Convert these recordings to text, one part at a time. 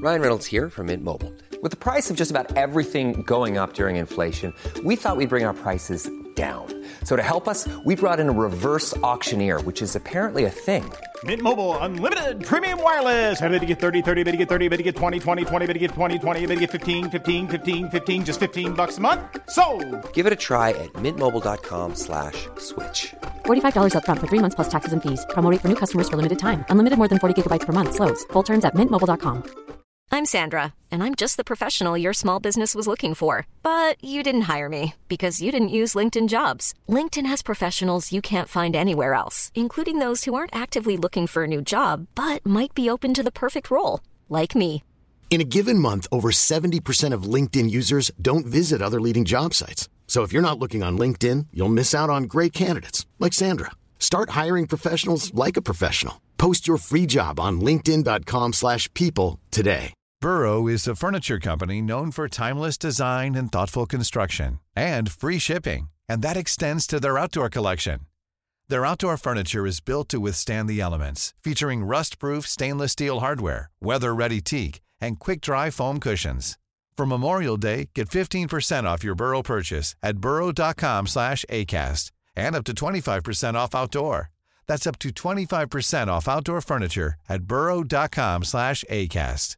Ryan Reynolds here from Mint Mobile. With the price of just about everything going up during inflation, we thought we'd bring our prices down. So to help us, we brought in a reverse auctioneer, which is apparently a thing. Mint Mobile Unlimited Premium Wireless. How to get 30, 30, bit to get 30, bit to get 20, 20, 20, bit to get 20, 20, bit to get 15, 15, 15, 15, just $15 a month? Sold! Give it a try at mintmobile.com/switch. $45 up front for 3 months plus taxes and fees. Promo rate for new customers for limited time. Unlimited more than 40 gigabytes per month. Slows full terms at mintmobile.com. I'm Sandra, and I'm just the professional your small business was looking for. But you didn't hire me because you didn't use LinkedIn Jobs. LinkedIn has professionals you can't find anywhere else, including those who aren't actively looking for a new job, but might be open to the perfect role, like me. In a given month, over 70% of LinkedIn users don't visit other leading job sites. So if you're not looking on LinkedIn, you'll miss out on great candidates like Sandra. Start hiring professionals like a professional. Post your free job on linkedin.com/people today. Burrow is a furniture company known for timeless design and thoughtful construction and free shipping, and that extends to their outdoor collection. Their outdoor furniture is built to withstand the elements, featuring rust-proof stainless steel hardware, weather-ready teak, and quick-dry foam cushions. For Memorial Day, get 15% off your Burrow purchase at burrow.com/acast, and up to 25% off outdoor. That's up to 25% off outdoor furniture at burrow.com/acast.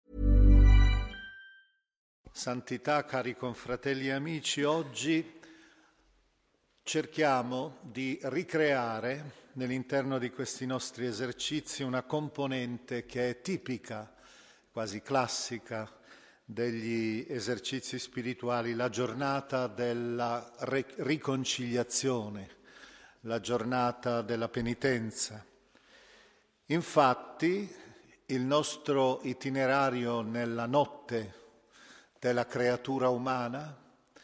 Santità, cari confratelli e amici, oggi cerchiamo di ricreare nell'interno di questi nostri esercizi una componente che è tipica, quasi classica, degli esercizi spirituali, la giornata della riconciliazione, la giornata della penitenza. Infatti, il nostro itinerario nella notte della creatura umana,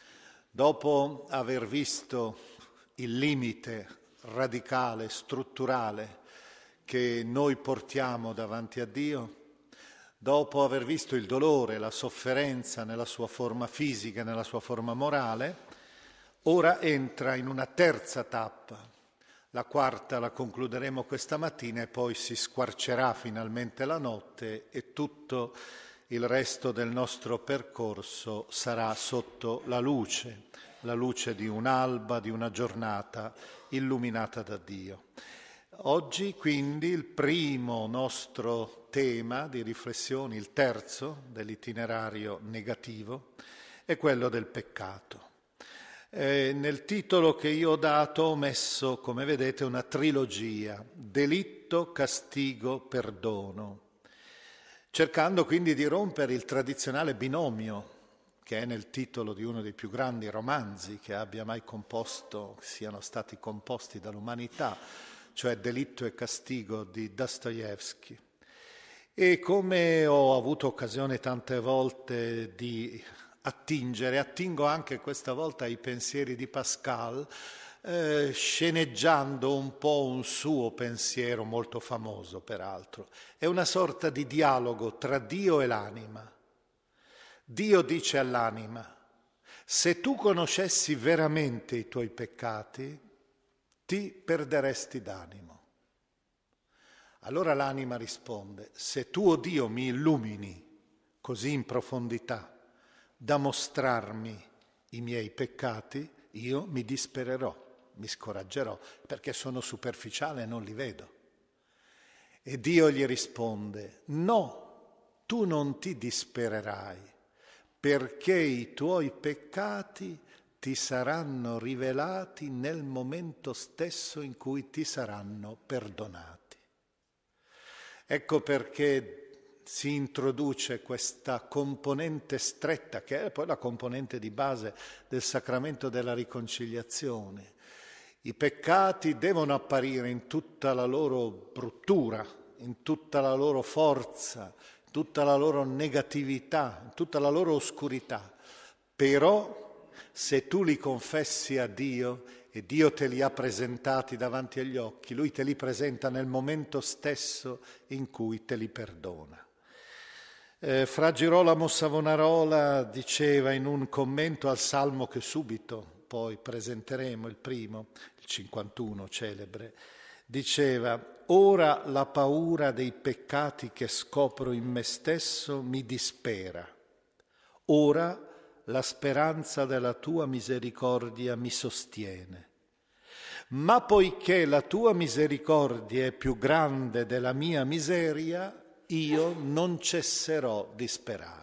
dopo aver visto il limite radicale, strutturale che noi portiamo davanti a Dio, dopo aver visto il dolore, la sofferenza nella sua forma fisica e nella sua forma morale, ora entra in una terza tappa. La quarta la concluderemo questa mattina e poi si squarcerà finalmente la notte e tutto il resto del nostro percorso sarà sotto la luce di un'alba, di una giornata illuminata da Dio. Oggi quindi il primo nostro tema di riflessione, il terzo dell'itinerario negativo, è quello del peccato. Nel titolo che io ho dato ho messo, come vedete, una trilogia: delitto, castigo, perdono, cercando quindi di rompere il tradizionale binomio che è nel titolo di uno dei più grandi romanzi che abbia mai composto, siano stati composti dall'umanità, cioè Delitto e castigo di Dostoevskij. E come ho avuto occasione tante volte di attingo anche questa volta ai pensieri di Pascal, sceneggiando un po' un suo pensiero molto famoso, peraltro. È una sorta di dialogo tra Dio e l'anima. Dio dice all'anima: se tu conoscessi veramente i tuoi peccati, ti perderesti d'animo. Allora l'anima risponde: se tu, o Dio, mi illumini così in profondità da mostrarmi i miei peccati, io mi dispererò, mi scoraggerò, perché sono superficiale e non li vedo. E Dio gli risponde: no, tu non ti dispererai, perché i tuoi peccati ti saranno rivelati nel momento stesso in cui ti saranno perdonati. Ecco perché si introduce questa componente stretta, che è poi la componente di base del sacramento della riconciliazione. I peccati devono apparire in tutta la loro bruttura, in tutta la loro forza, in tutta la loro negatività, in tutta la loro oscurità. Però se tu li confessi a Dio e Dio te li ha presentati davanti agli occhi, Lui te li presenta nel momento stesso in cui te li perdona. Fra Girolamo Savonarola diceva in un commento al Salmo che subito poi presenteremo, il primo, il 51 celebre, Diceva: ora la paura dei peccati che scopro in me stesso mi dispera, ora la speranza della tua misericordia mi sostiene. Ma poiché la tua misericordia è più grande della mia miseria, io non cesserò di sperare.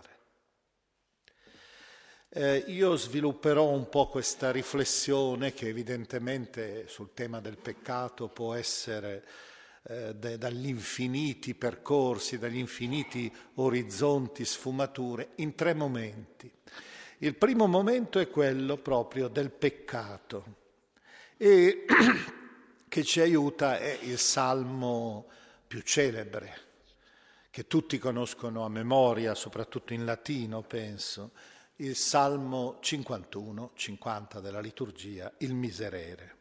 Io svilupperò un po' questa riflessione che evidentemente sul tema del peccato può essere dagli infiniti percorsi, dagli infiniti orizzonti, sfumature, in 3 momenti. Il primo momento è quello proprio del peccato e che ci aiuta è il salmo più celebre, che tutti conoscono a memoria, soprattutto in latino, penso, il Salmo 51, 50 della liturgia, il Miserere.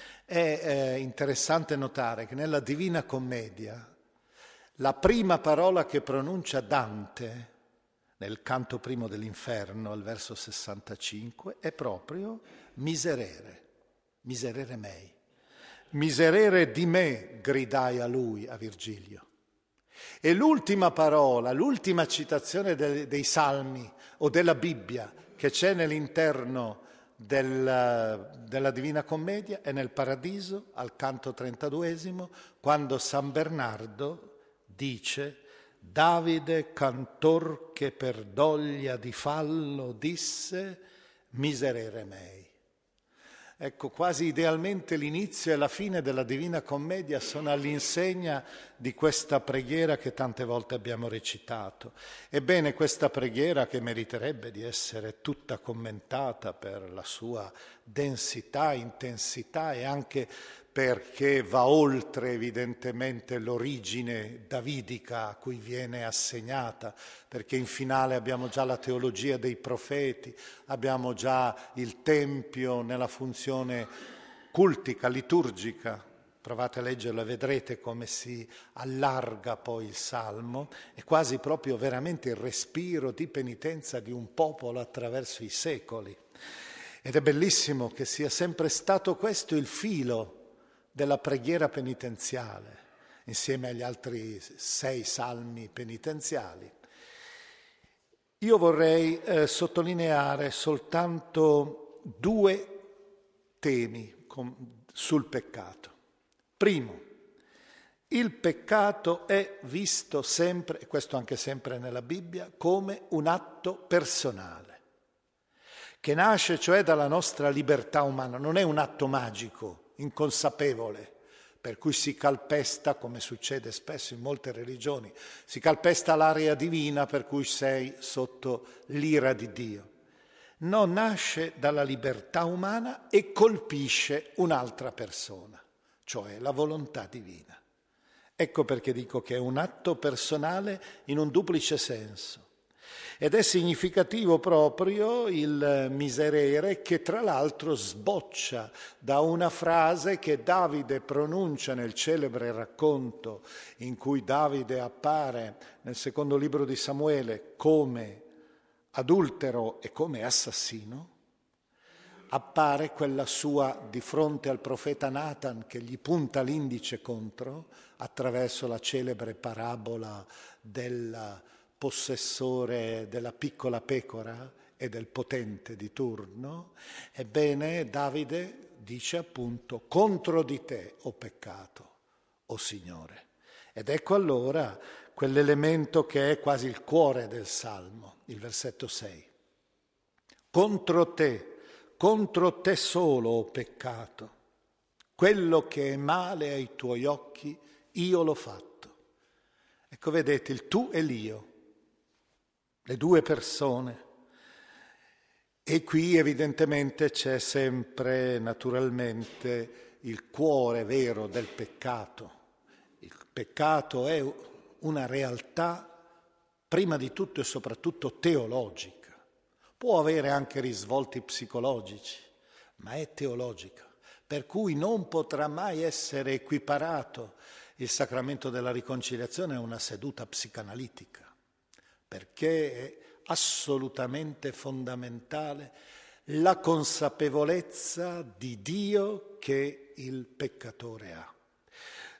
È interessante notare che nella Divina Commedia la prima parola che pronuncia Dante nel canto primo dell'Inferno, al verso 65, è proprio miserere, miserere mei. Miserere di me, gridai a lui, a Virgilio. E l'ultima parola, l'ultima citazione dei Salmi o della Bibbia che c'è nell'interno della Divina Commedia è nel Paradiso, al canto 32esimo, quando San Bernardo dice: Davide, cantor che per doglia di fallo disse, miserere mei. Ecco, quasi idealmente l'inizio e la fine della Divina Commedia sono all'insegna di questa preghiera che tante volte abbiamo recitato. Ebbene, questa preghiera, che meriterebbe di essere tutta commentata per la sua densità, intensità e anche perché va oltre evidentemente l'origine davidica a cui viene assegnata, perché in finale abbiamo già la teologia dei profeti, abbiamo già il Tempio nella funzione cultica, liturgica. Provate a leggerlo e vedrete come si allarga poi il Salmo, è quasi proprio veramente il respiro di penitenza di un popolo attraverso i secoli. Ed è bellissimo che sia sempre stato questo il filo della preghiera penitenziale, insieme agli altri 6 salmi penitenziali. Io vorrei sottolineare soltanto 2 temi sul peccato. Primo, il peccato è visto sempre, e questo anche sempre nella Bibbia, come un atto personale, che nasce cioè dalla nostra libertà umana, non è un atto magico, inconsapevole, per cui si calpesta, come succede spesso in molte religioni, si calpesta l'area divina per cui sei sotto l'ira di Dio. No, nasce dalla libertà umana e colpisce un'altra persona, cioè la volontà divina. Ecco perché dico che è un atto personale in un duplice senso. Ed è significativo proprio il miserere, che tra l'altro sboccia da una frase che Davide pronuncia nel celebre racconto in cui Davide appare nel secondo libro di Samuele come adultero e come assassino. Appare quella sua di fronte al profeta Natan che gli punta l'indice contro attraverso la celebre parabola del possessore della piccola pecora e del potente di turno. Ebbene, Davide dice appunto: contro di te ho peccato, o Signore. Ed ecco allora quell'elemento che è quasi il cuore del Salmo, il versetto 6. Contro te solo ho peccato, quello che è male ai tuoi occhi io l'ho fatto. Ecco, vedete, il tu e l'io, le 2 persone. E qui evidentemente c'è sempre naturalmente il cuore vero del peccato. Il peccato è una realtà prima di tutto e soprattutto teologica. Può avere anche risvolti psicologici, ma è teologica, per cui non potrà mai essere equiparato il sacramento della riconciliazione a una seduta psicanalitica, perché è assolutamente fondamentale la consapevolezza di Dio che il peccatore ha.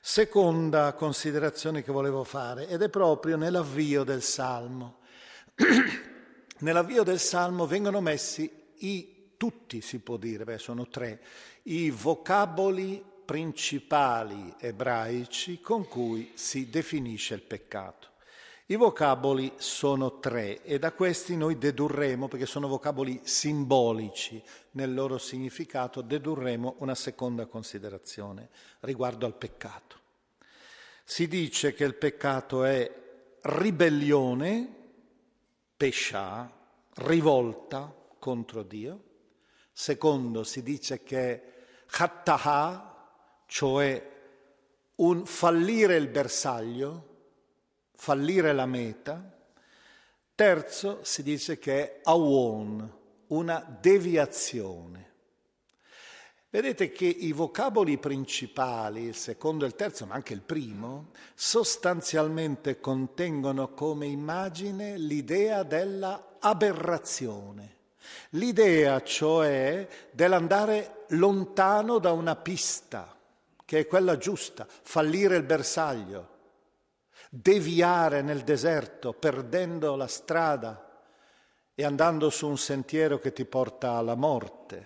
Seconda considerazione che volevo fare, ed è proprio nell'avvio del Salmo. Nell'avvio del Salmo vengono messi tutti, si può dire, sono 3, i vocaboli principali ebraici con cui si definisce il peccato. I vocaboli sono 3 e da questi noi dedurremo, perché sono vocaboli simbolici nel loro significato, dedurremo una seconda considerazione riguardo al peccato. Si dice che il peccato è ribellione, pescià, rivolta contro Dio. Secondo, si dice che è khattaha, cioè un fallire il bersaglio, fallire la meta. Terzo, si dice che è awon, una deviazione. Vedete che i vocaboli principali, il secondo e il terzo, ma anche il primo, sostanzialmente contengono come immagine l'idea della aberrazione, l'idea cioè dell'andare lontano da una pista, che è quella giusta, fallire il bersaglio, deviare nel deserto, perdendo la strada e andando su un sentiero che ti porta alla morte.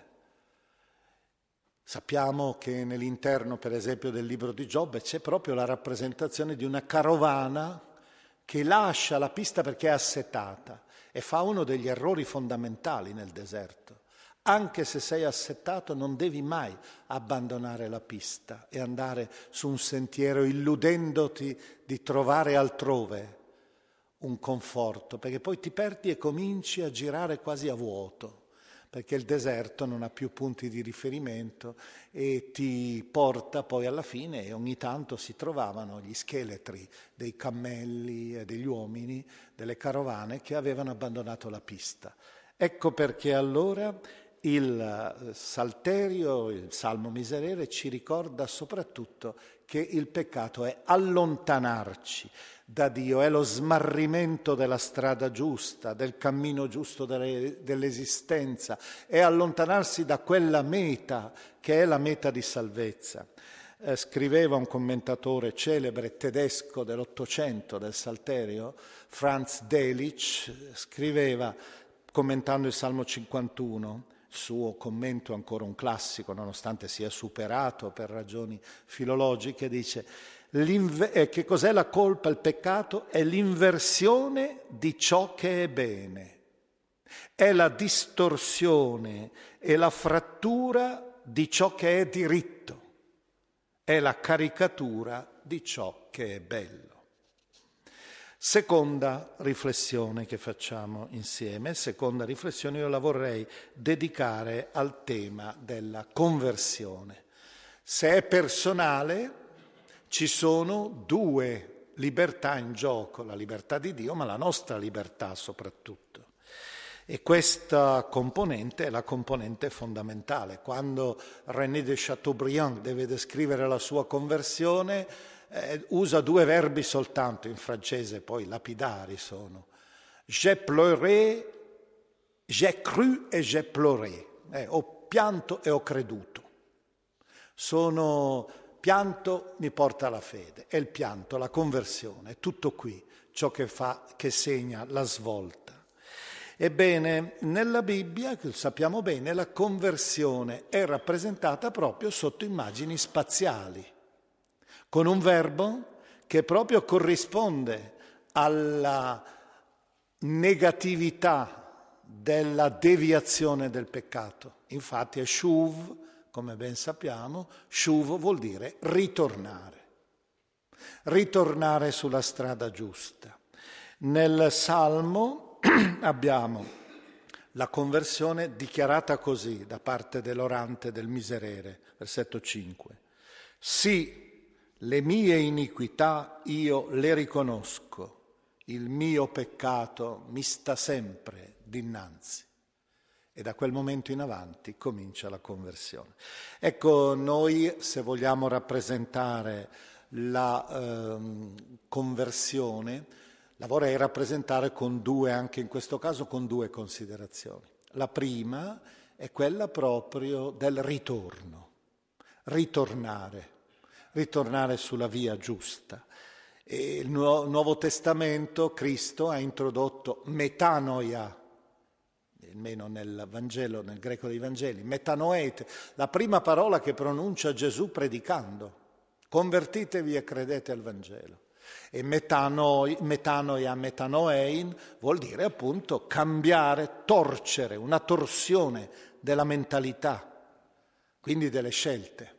Sappiamo che nell'interno, per esempio, del libro di Giobbe c'è proprio la rappresentazione di una carovana che lascia la pista perché è assetata e fa uno degli errori fondamentali nel deserto. Anche se sei assetato non devi mai abbandonare la pista e andare su un sentiero illudendoti di trovare altrove un conforto, perché poi ti perdi e cominci a girare quasi a vuoto, perché il deserto non ha più punti di riferimento e ti porta poi alla fine, e ogni tanto si trovavano gli scheletri dei cammelli e degli uomini, delle carovane che avevano abbandonato la pista. Ecco perché allora il Salterio, il Salmo Miserere, ci ricorda soprattutto che il peccato è allontanarci da Dio, è lo smarrimento della strada giusta, del cammino giusto dell'esistenza, è allontanarsi da quella meta che è la meta di salvezza. Scriveva un commentatore celebre tedesco dell'Ottocento del Salterio, Franz Delitzsch, scriveva, commentando il Salmo 51, il suo commento è ancora un classico, nonostante sia superato per ragioni filologiche, dice: che cos'è la colpa, il peccato? È l'inversione di ciò che è bene, è la distorsione e la frattura di ciò che è diritto, è la caricatura di ciò che è bello. Seconda riflessione che facciamo insieme, seconda riflessione io la vorrei dedicare al tema della conversione. Se è personale, ci sono 2 libertà in gioco, la libertà di Dio, ma la nostra libertà soprattutto. E questa componente è la componente fondamentale. Quando René de Chateaubriand deve descrivere la sua conversione, usa 2 verbi soltanto in francese, poi lapidari sono. J'ai pleuré, j'ai cru et j'ai pleuré. Ho pianto e ho creduto. Pianto mi porta alla fede, è il pianto, la conversione, è tutto qui, ciò che segna la svolta. Ebbene, nella Bibbia, sappiamo bene, la conversione è rappresentata proprio sotto immagini spaziali, con un verbo che proprio corrisponde alla negatività della deviazione del peccato. Infatti è shuv, come ben sappiamo, shuv vuol dire ritornare sulla strada giusta. Nel Salmo abbiamo la conversione dichiarata così da parte dell'orante del Miserere, versetto 5. Sì, le mie iniquità io le riconosco, il mio peccato mi sta sempre dinanzi. E da quel momento in avanti comincia la conversione. Ecco, noi se vogliamo rappresentare la conversione, la vorrei rappresentare con 2, anche in questo caso con 2 considerazioni. La prima è quella proprio del ritorno, ritornare ritornare sulla via giusta. E il Nuovo Testamento, Cristo ha introdotto metanoia, almeno nel Vangelo, nel greco dei Vangeli, metanoete, la prima parola che pronuncia Gesù predicando. Convertitevi e credete al Vangelo. E metanoia, metanoein, vuol dire appunto cambiare, torcere, una torsione della mentalità, quindi delle scelte.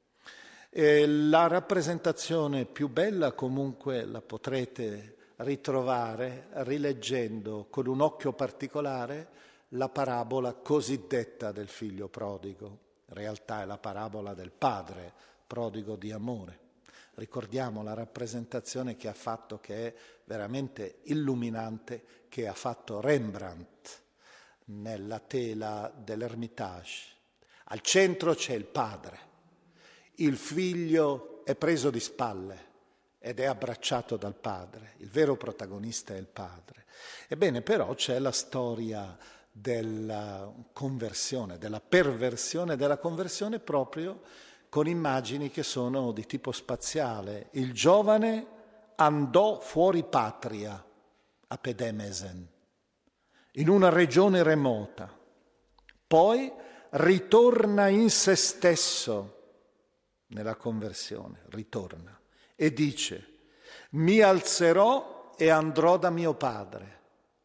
E la rappresentazione più bella comunque la potrete ritrovare rileggendo con un occhio particolare la parabola cosiddetta del figlio prodigo. In realtà è la parabola del padre prodigo di amore. Ricordiamo la rappresentazione che ha fatto, che è veramente illuminante, che ha fatto Rembrandt nella tela dell'Ermitage. Al centro c'è il padre. Il figlio è preso di spalle ed è abbracciato dal padre. Il vero protagonista è il padre. Ebbene, però c'è la storia della conversione, della perversione, della conversione proprio con immagini che sono di tipo spaziale. Il giovane andò fuori patria, a Pedemesen, in una regione remota. Poi ritorna in se stesso, nella conversione, ritorna e dice: mi alzerò e andrò da mio padre.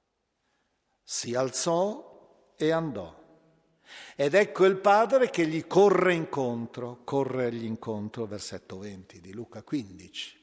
Si alzò e andò. Ed ecco il padre che gli corre agli incontro, versetto 20 di Luca 15.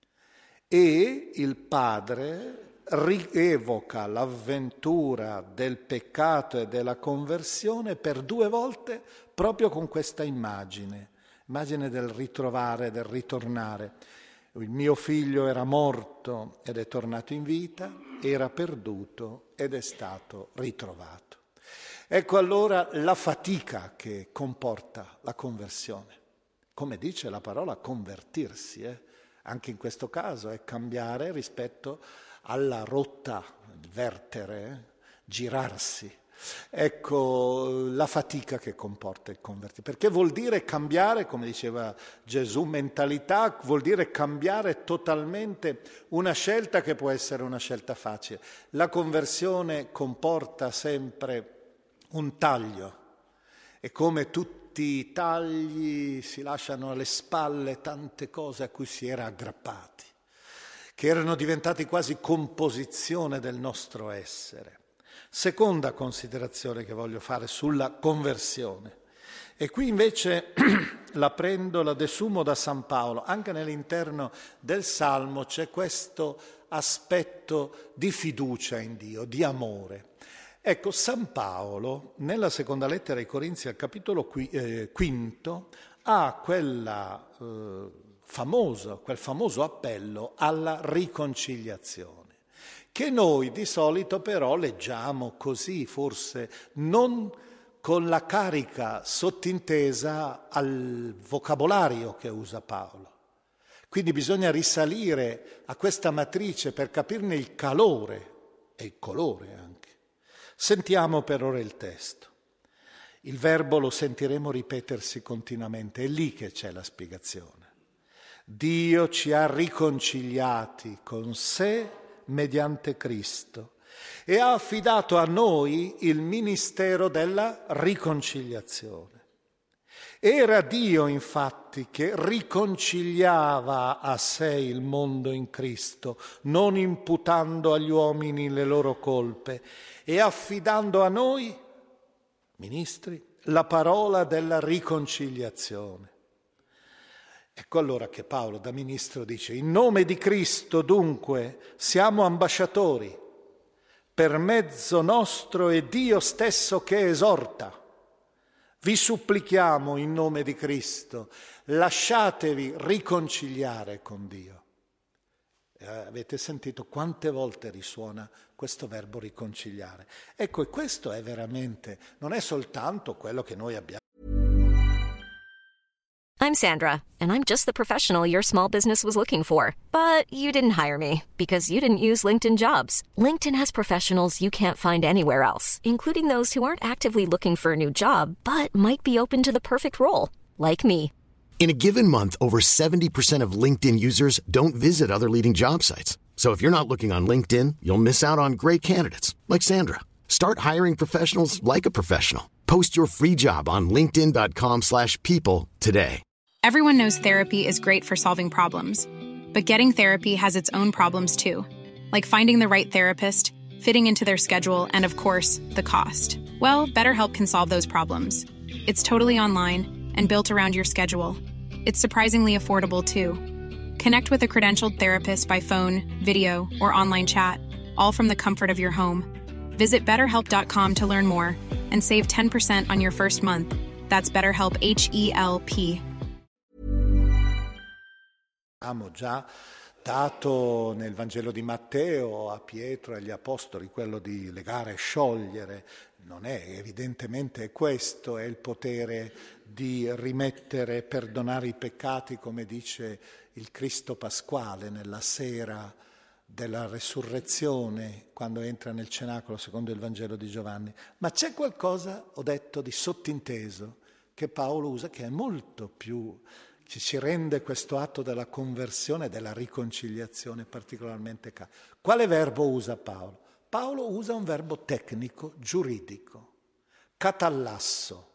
E il padre rievoca l'avventura del peccato e della conversione per 2 volte proprio con questa immagine del ritrovare, del ritornare. Il mio figlio era morto ed è tornato in vita, era perduto ed è stato ritrovato. Ecco allora la fatica che comporta la conversione. Come dice la parola convertirsi, anche in questo caso è cambiare rispetto alla rotta, vertere, girarsi. Ecco la fatica che comporta il convertirsi, perché vuol dire cambiare, come diceva Gesù, mentalità, vuol dire cambiare totalmente una scelta che può essere una scelta facile. La conversione comporta sempre un taglio e come tutti i tagli si lasciano alle spalle tante cose a cui si era aggrappati, che erano diventati quasi composizione del nostro essere. Seconda considerazione che voglio fare sulla conversione. E qui invece la desumo da San Paolo. Anche nell'interno del Salmo c'è questo aspetto di fiducia in Dio, di amore. Ecco, San Paolo, nella seconda lettera ai Corinzi, al capitolo 5, ha quel famoso appello alla riconciliazione, che noi di solito però leggiamo così, forse non con la carica sottintesa al vocabolario che usa Paolo. Quindi bisogna risalire a questa matrice per capirne il calore e il colore anche. Sentiamo per ora il testo. Il verbo lo sentiremo ripetersi continuamente, è lì che c'è la spiegazione. Dio ci ha riconciliati con sé mediante Cristo e ha affidato a noi il ministero della riconciliazione. Era Dio infatti che riconciliava a sé il mondo in Cristo, non imputando agli uomini le loro colpe e affidando a noi, ministri, la parola della riconciliazione. Ecco allora che Paolo da ministro dice: in nome di Cristo dunque siamo ambasciatori, per mezzo nostro è Dio stesso che esorta. Vi supplichiamo in nome di Cristo, lasciatevi riconciliare con Dio. Avete sentito quante volte risuona questo verbo riconciliare? Ecco, e questo è veramente, non è soltanto quello che noi abbiamo. I'm Sandra, and I'm just the professional your small business was looking for. But you didn't hire me because you didn't use LinkedIn Jobs. LinkedIn has professionals you can't find anywhere else, including those who aren't actively looking for a new job, but might be open to the perfect role, like me. In a given month, over 70% of LinkedIn users don't visit other leading job sites. So if you're not looking on LinkedIn, you'll miss out on great candidates like Sandra. Start hiring professionals like a professional. Post your free job on linkedin.com/people today. Everyone knows therapy is great for solving problems, but getting therapy has its own problems too, like finding the right therapist, fitting into their schedule, and of course, the cost. Well, BetterHelp can solve those problems. It's totally online and built around your schedule. It's surprisingly affordable too. Connect with a credentialed therapist by phone, video, or online chat, all from the comfort of your home. Visit BetterHelp.com to learn more and save 10% on your first month. That's BetterHelp, H-E-L-P. Abbiamo già dato nel Vangelo di Matteo a Pietro e agli Apostoli quello di legare e sciogliere. Non è evidentemente questo, è il potere di rimettere e perdonare i peccati, come dice il Cristo pasquale nella sera della resurrezione, quando entra nel cenacolo secondo il Vangelo di Giovanni. Ma c'è qualcosa, ho detto, di sottinteso che Paolo usa, che è molto più, che ci rende questo atto della conversione e della riconciliazione particolarmente caro. Quale verbo usa Paolo? Paolo usa un verbo tecnico, giuridico, katallasso,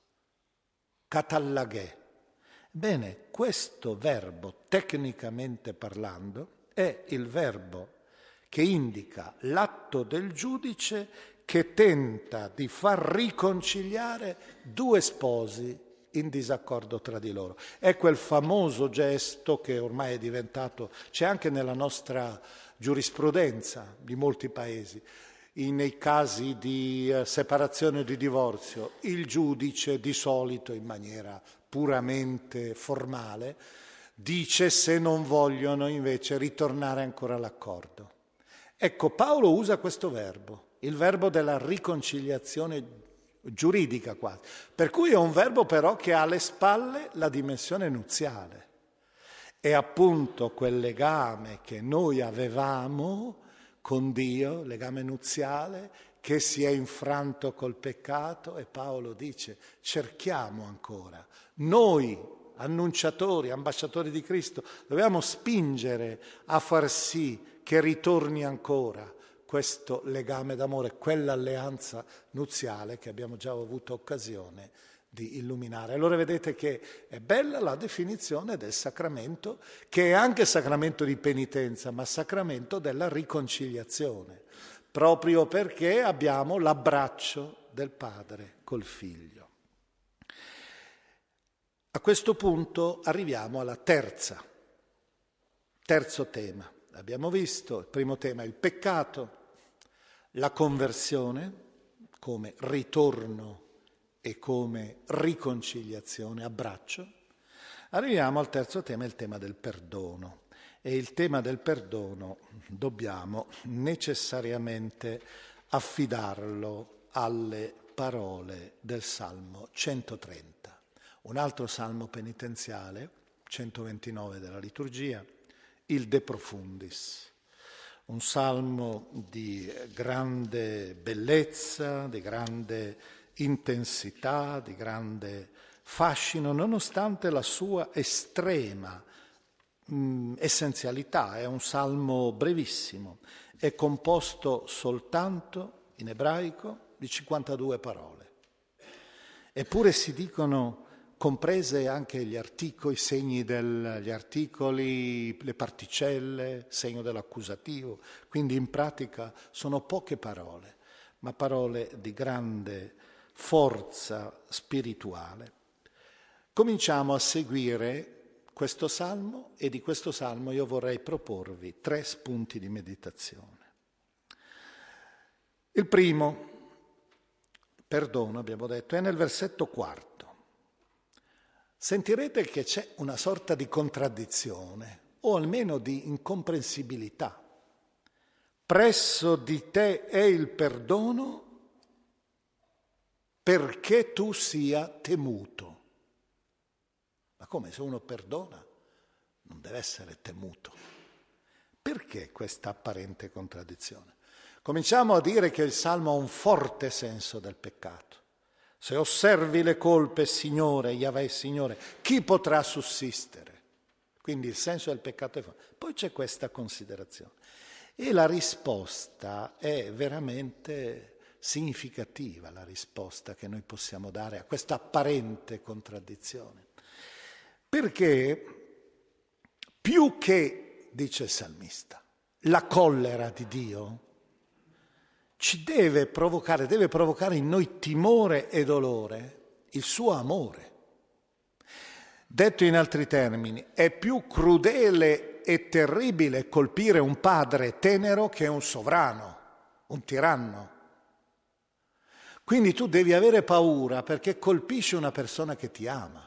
katallaghe. Bene, questo verbo, tecnicamente parlando, è il verbo che indica l'atto del giudice che tenta di far riconciliare due sposi in disaccordo tra di loro. È quel famoso gesto che ormai è diventato, c'è anche nella nostra giurisprudenza di molti paesi, nei casi di separazione o di divorzio, il giudice di solito in maniera puramente formale dice se non vogliono invece ritornare ancora all'accordo. Ecco, Paolo usa questo verbo, il verbo della riconciliazione giuridica quasi, per cui è un verbo però che ha alle spalle la dimensione nuziale. È appunto quel legame che noi avevamo con Dio, legame nuziale, che si è infranto col peccato, e Paolo dice cerchiamo ancora. Noi, annunciatori, ambasciatori di Cristo, dobbiamo spingere a far sì che ritorni ancora questo legame d'amore, quell'alleanza nuziale che abbiamo già avuto occasione di illuminare. Allora vedete che è bella la definizione del sacramento, che è anche sacramento di penitenza, ma sacramento della riconciliazione, proprio perché abbiamo l'abbraccio del Padre col Figlio. A questo punto arriviamo alla terzo tema. Abbiamo visto, il primo tema è il peccato, la conversione come ritorno e come riconciliazione, abbraccio. Arriviamo al terzo tema, il tema del perdono. E il tema del perdono dobbiamo necessariamente affidarlo alle parole del Salmo 130. Un altro salmo penitenziale, 129 della liturgia, il De Profundis. Un salmo di grande bellezza, di grande intensità, di grande fascino, nonostante la sua estrema essenzialità. È un salmo brevissimo, è composto soltanto in ebraico di 52 parole. Eppure si dicono comprese anche gli articoli, i segni degli articoli, le particelle, segno dell'accusativo, quindi in pratica sono poche parole, ma parole di grande forza spirituale. Cominciamo a seguire questo salmo e di questo salmo io vorrei proporvi 3 spunti di meditazione. Il primo, perdono, abbiamo detto, è nel versetto 4. Sentirete che c'è una sorta di contraddizione, o almeno di incomprensibilità. Presso di te è il perdono perché tu sia temuto. Ma come, se uno perdona non deve essere temuto? Perché questa apparente contraddizione? Cominciamo a dire che il Salmo ha un forte senso del peccato. Se osservi le colpe, Signore, Yahweh Signore, chi potrà sussistere? Quindi il senso del peccato è forte. Poi c'è questa considerazione. E la risposta è veramente significativa, la risposta che noi possiamo dare a questa apparente contraddizione. Perché più che, dice il salmista, la collera di Dio ci deve provocare in noi timore e dolore il suo amore. Detto in altri termini, è più crudele e terribile colpire un padre tenero che un sovrano, un tiranno. Quindi tu devi avere paura perché colpisci una persona che ti ama.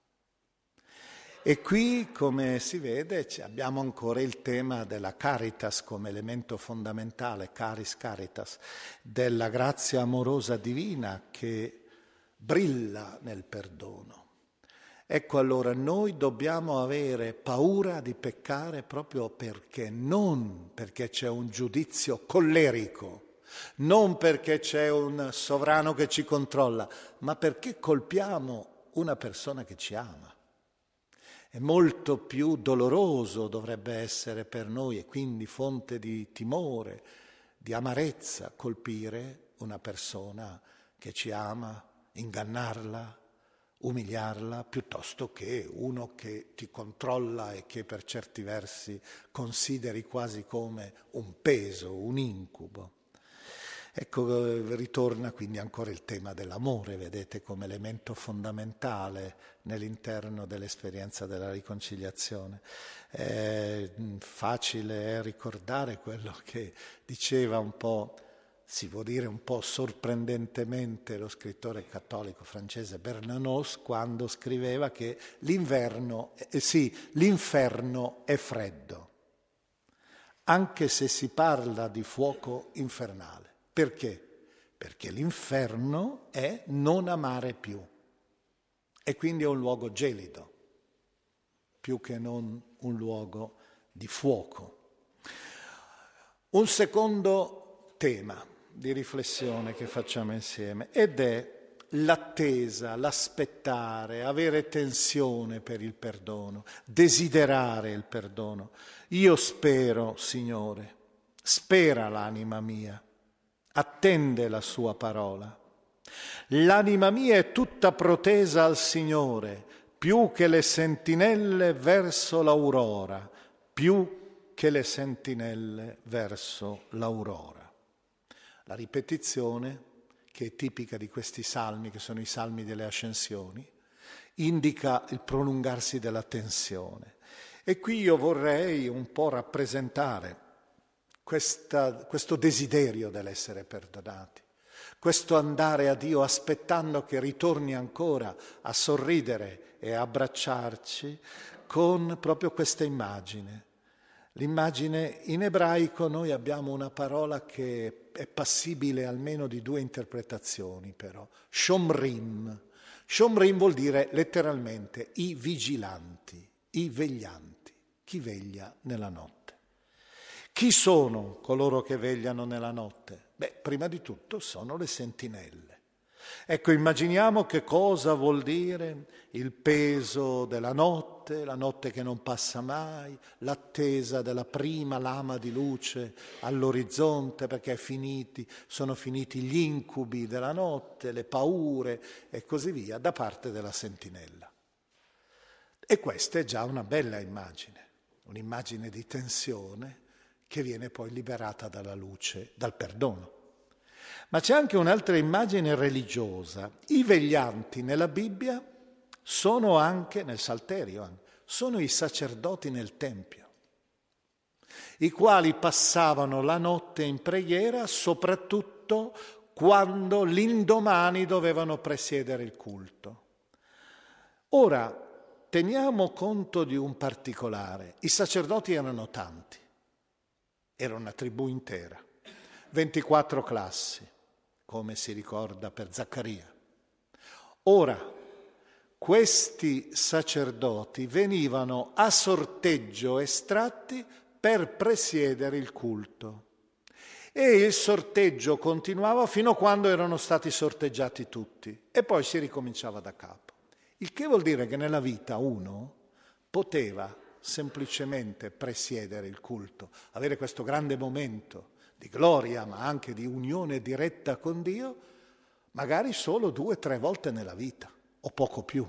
E qui, come si vede, abbiamo ancora il tema della caritas come elemento fondamentale, caris caritas, della grazia amorosa divina che brilla nel perdono. Ecco allora, noi dobbiamo avere paura di peccare proprio perché non perché c'è un giudizio collerico, non perché c'è un sovrano che ci controlla, ma perché colpiamo una persona che ci ama. È molto più doloroso dovrebbe essere per noi e quindi fonte di timore, di amarezza colpire una persona che ci ama, ingannarla, umiliarla, piuttosto che uno che ti controlla e che per certi versi consideri quasi come un peso, un incubo. Ecco, ritorna quindi ancora il tema dell'amore, vedete, come elemento fondamentale nell'interno dell'esperienza della riconciliazione. Facile è ricordare quello che diceva un po', si può dire un po' sorprendentemente, lo scrittore cattolico francese Bernanos, quando scriveva che l'inferno è freddo, anche se si parla di fuoco infernale. Perché? Perché l'inferno è non amare più e quindi è un luogo gelido, più che non un luogo di fuoco. Un secondo tema di riflessione che facciamo insieme ed è l'attesa, l'aspettare, avere tensione per il perdono, desiderare il perdono. Io spero, Signore, spera l'anima mia. Attende la sua parola. L'anima mia è tutta protesa al Signore, più che le sentinelle verso l'aurora, più che le sentinelle verso l'aurora. La ripetizione, che è tipica di questi salmi, che sono i salmi delle ascensioni, indica il prolungarsi della tensione. E qui io vorrei un po' rappresentare questo desiderio dell'essere perdonati, questo andare a Dio aspettando che ritorni ancora a sorridere e a abbracciarci con proprio questa immagine. L'immagine in ebraico noi abbiamo una parola che è passibile almeno di due interpretazioni però, shomrim. Shomrim vuol dire letteralmente i vigilanti, i veglianti, chi veglia nella notte. Chi sono coloro che vegliano nella notte? Prima di tutto sono le sentinelle. Ecco, immaginiamo che cosa vuol dire il peso della notte, la notte che non passa mai, l'attesa della prima lama di luce all'orizzonte perché sono finiti gli incubi della notte, le paure e così via da parte della sentinella. E questa è già una bella immagine, un'immagine di tensione che viene poi liberata dalla luce, dal perdono. Ma c'è anche un'altra immagine religiosa. I veglianti nella Bibbia sono anche, nel Salterio, sono i sacerdoti nel Tempio, i quali passavano la notte in preghiera, soprattutto quando l'indomani dovevano presiedere il culto. Ora, teniamo conto di un particolare. I sacerdoti erano tanti. Era una tribù intera, 24 classi, come si ricorda per Zaccaria. Ora, questi sacerdoti venivano a sorteggio estratti per presiedere il culto E il sorteggio continuava fino a quando erano stati sorteggiati tutti e poi si ricominciava da capo. Il che vuol dire che nella vita uno poteva semplicemente presiedere il culto, avere questo grande momento di gloria ma anche di unione diretta con Dio, magari solo 2 o 3 volte nella vita o poco più.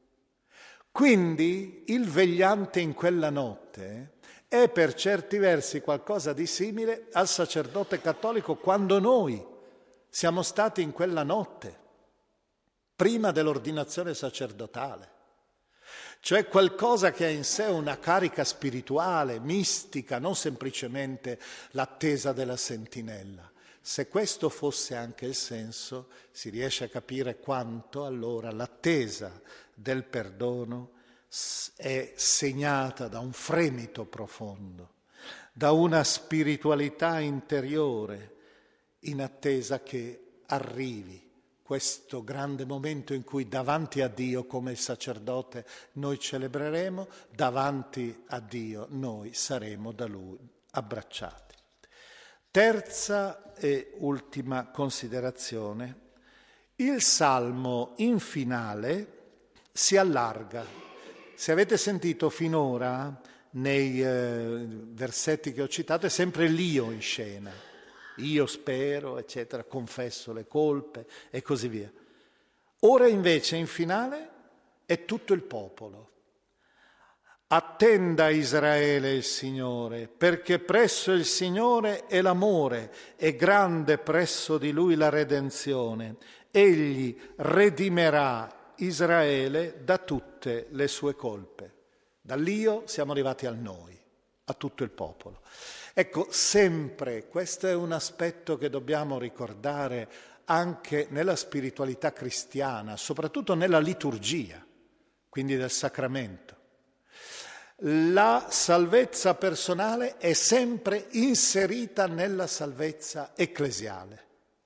Quindi il vegliante in quella notte è per certi versi qualcosa di simile al sacerdote cattolico quando noi siamo stati in quella notte, prima dell'ordinazione sacerdotale. Cioè qualcosa che ha in sé una carica spirituale, mistica, non semplicemente l'attesa della sentinella. Se questo fosse anche il senso, si riesce a capire quanto allora l'attesa del perdono è segnata da un fremito profondo, da una spiritualità interiore in attesa che arrivi questo grande momento in cui davanti a Dio, come il sacerdote, noi celebreremo, davanti a Dio noi saremo da Lui abbracciati. Terza e ultima considerazione. Il Salmo in finale si allarga. Se avete sentito finora, nei versetti che ho citato, è sempre l'io in scena. Io spero, eccetera, confesso le colpe e così via. Ora invece in finale è tutto il popolo. Attenda Israele il Signore, perché presso il Signore è l'amore, è grande presso di Lui la redenzione. Egli redimerà Israele da tutte le sue colpe. Dall'io siamo arrivati al noi, a tutto il popolo. Ecco, sempre, questo è un aspetto che dobbiamo ricordare anche nella spiritualità cristiana, soprattutto nella liturgia, quindi del sacramento. La salvezza personale è sempre inserita nella salvezza ecclesiale.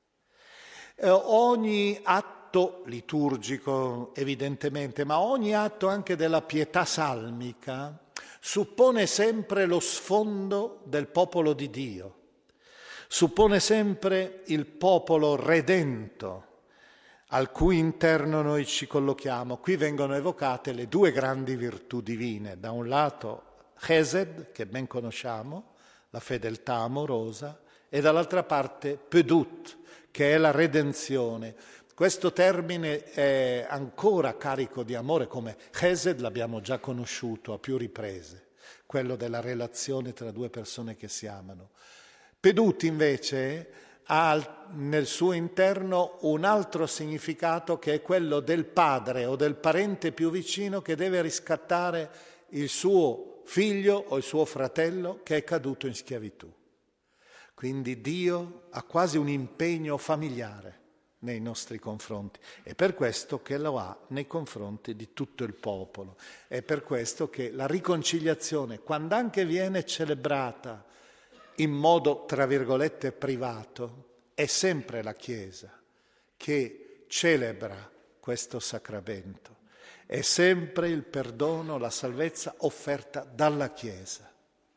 Ogni atto liturgico, evidentemente, ma ogni atto anche della pietà salmica suppone sempre lo sfondo del popolo di Dio, suppone sempre il popolo redento al cui interno noi ci collochiamo. Qui vengono evocate le 2 grandi virtù divine, da un lato Chesed, che ben conosciamo, la fedeltà amorosa, e dall'altra parte Pedut, che è la redenzione. Questo termine è ancora carico di amore, come Chesed l'abbiamo già conosciuto a più riprese, quello della relazione tra 2 persone che si amano. Pedut invece ha nel suo interno un altro significato, che è quello del padre o del parente più vicino che deve riscattare il suo figlio o il suo fratello che è caduto in schiavitù. Quindi Dio ha quasi un impegno familiare nei nostri confronti. È per questo che lo ha nei confronti di tutto il popolo. È per questo che la riconciliazione, quando anche viene celebrata in modo, tra virgolette, privato, è sempre la Chiesa che celebra questo sacramento. È sempre il perdono, la salvezza offerta dalla Chiesa.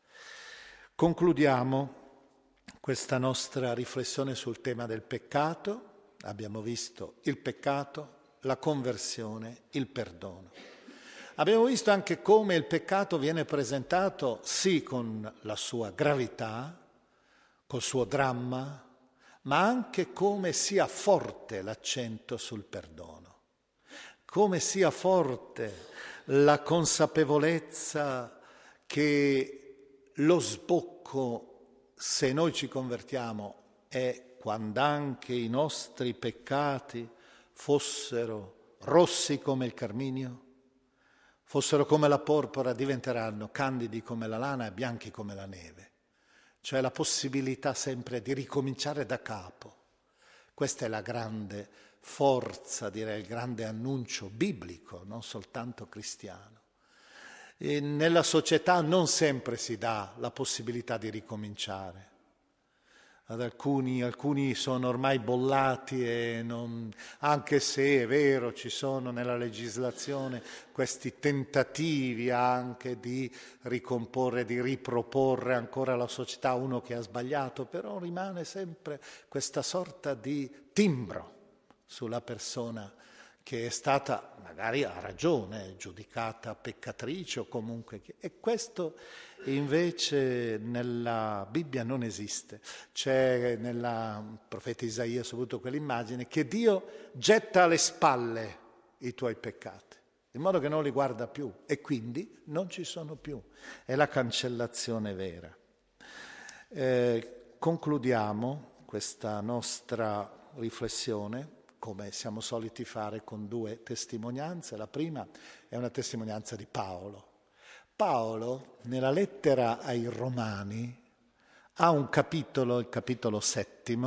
Concludiamo questa nostra riflessione sul tema del peccato. Abbiamo visto il peccato, la conversione, il perdono. Abbiamo visto anche come il peccato viene presentato, sì, con la sua gravità, col suo dramma, ma anche come sia forte l'accento sul perdono, come sia forte la consapevolezza che lo sbocco, se noi ci convertiamo, è quando anche i nostri peccati fossero rossi come il carminio, fossero come la porpora, diventeranno candidi come la lana e bianchi come la neve. Cioè la possibilità sempre di ricominciare da capo. Questa è la grande forza, direi, il grande annuncio biblico, non soltanto cristiano. E nella società non sempre si dà la possibilità di ricominciare. Ad alcuni sono ormai bollati e anche se è vero ci sono nella legislazione questi tentativi anche di ricomporre, di riproporre ancora alla società uno che ha sbagliato, però rimane sempre questa sorta di timbro sulla persona che è stata, magari a ragione, giudicata peccatrice o comunque. E questo invece nella Bibbia non esiste. C'è nel profeta Isaia soprattutto quell'immagine che Dio getta alle spalle i tuoi peccati, in modo che non li guarda più e quindi non ci sono più. È la cancellazione vera. Concludiamo questa nostra riflessione come siamo soliti fare con due testimonianze. La prima è una testimonianza di Paolo. Paolo, nella lettera ai Romani, ha un capitolo, il capitolo 7,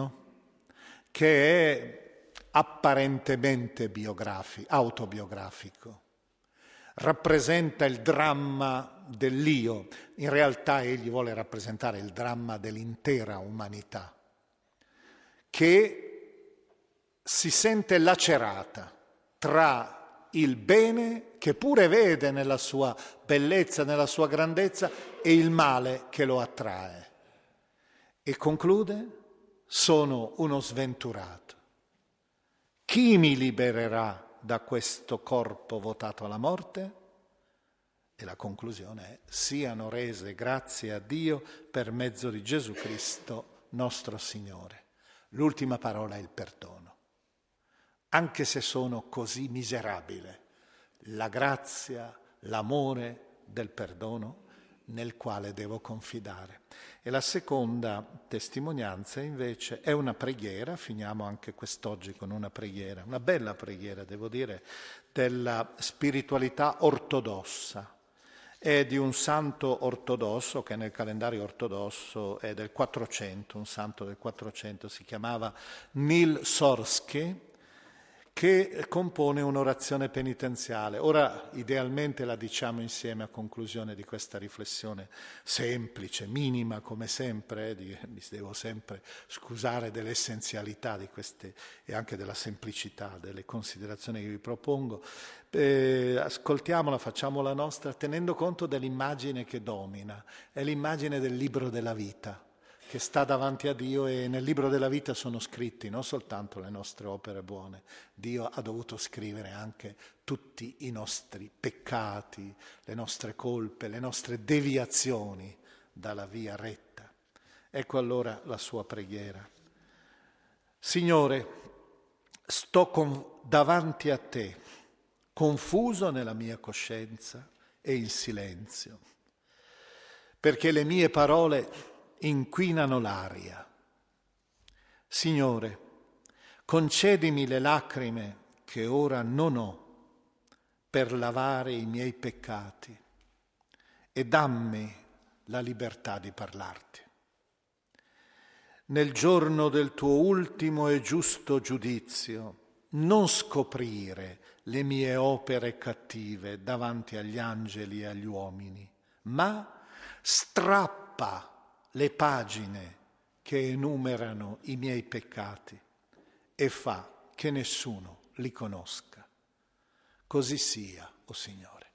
che è apparentemente autobiografico. Rappresenta il dramma dell'io. In realtà egli vuole rappresentare il dramma dell'intera umanità, che si sente lacerata tra il bene che pure vede nella sua bellezza, nella sua grandezza, e il male che lo attrae. E conclude: sono uno sventurato. Chi mi libererà da questo corpo votato alla morte? E la conclusione è: siano rese grazie a Dio per mezzo di Gesù Cristo nostro Signore. L'ultima parola è il perdono. Anche se sono così miserabile, la grazia, l'amore del perdono nel quale devo confidare. E la seconda testimonianza invece è una preghiera, finiamo anche quest'oggi con una preghiera, una bella preghiera, devo dire, della spiritualità ortodossa. È di un santo ortodosso che nel calendario ortodosso è del 400, un santo del 400, si chiamava Nil Sorsky, che compone un'orazione penitenziale. Ora, idealmente la diciamo insieme a conclusione di questa riflessione semplice, minima come sempre, mi devo sempre scusare dell'essenzialità di queste e anche della semplicità delle considerazioni che vi propongo. Ascoltiamola, facciamola nostra, tenendo conto dell'immagine che domina, è l'immagine del libro della vita, che sta davanti a Dio, e nel libro della vita sono scritti non soltanto le nostre opere buone. Dio ha dovuto scrivere anche tutti i nostri peccati, le nostre colpe, le nostre deviazioni dalla via retta. Ecco allora la sua preghiera. Signore, sto davanti a te, confuso nella mia coscienza e in silenzio, perché le mie parole inquinano l'aria. Signore, concedimi le lacrime che ora non ho per lavare i miei peccati e dammi la libertà di parlarti. Nel giorno del tuo ultimo e giusto giudizio, non scoprire le mie opere cattive davanti agli angeli e agli uomini, ma strappa le pagine che enumerano i miei peccati e fa che nessuno li conosca. Così sia, o Signore.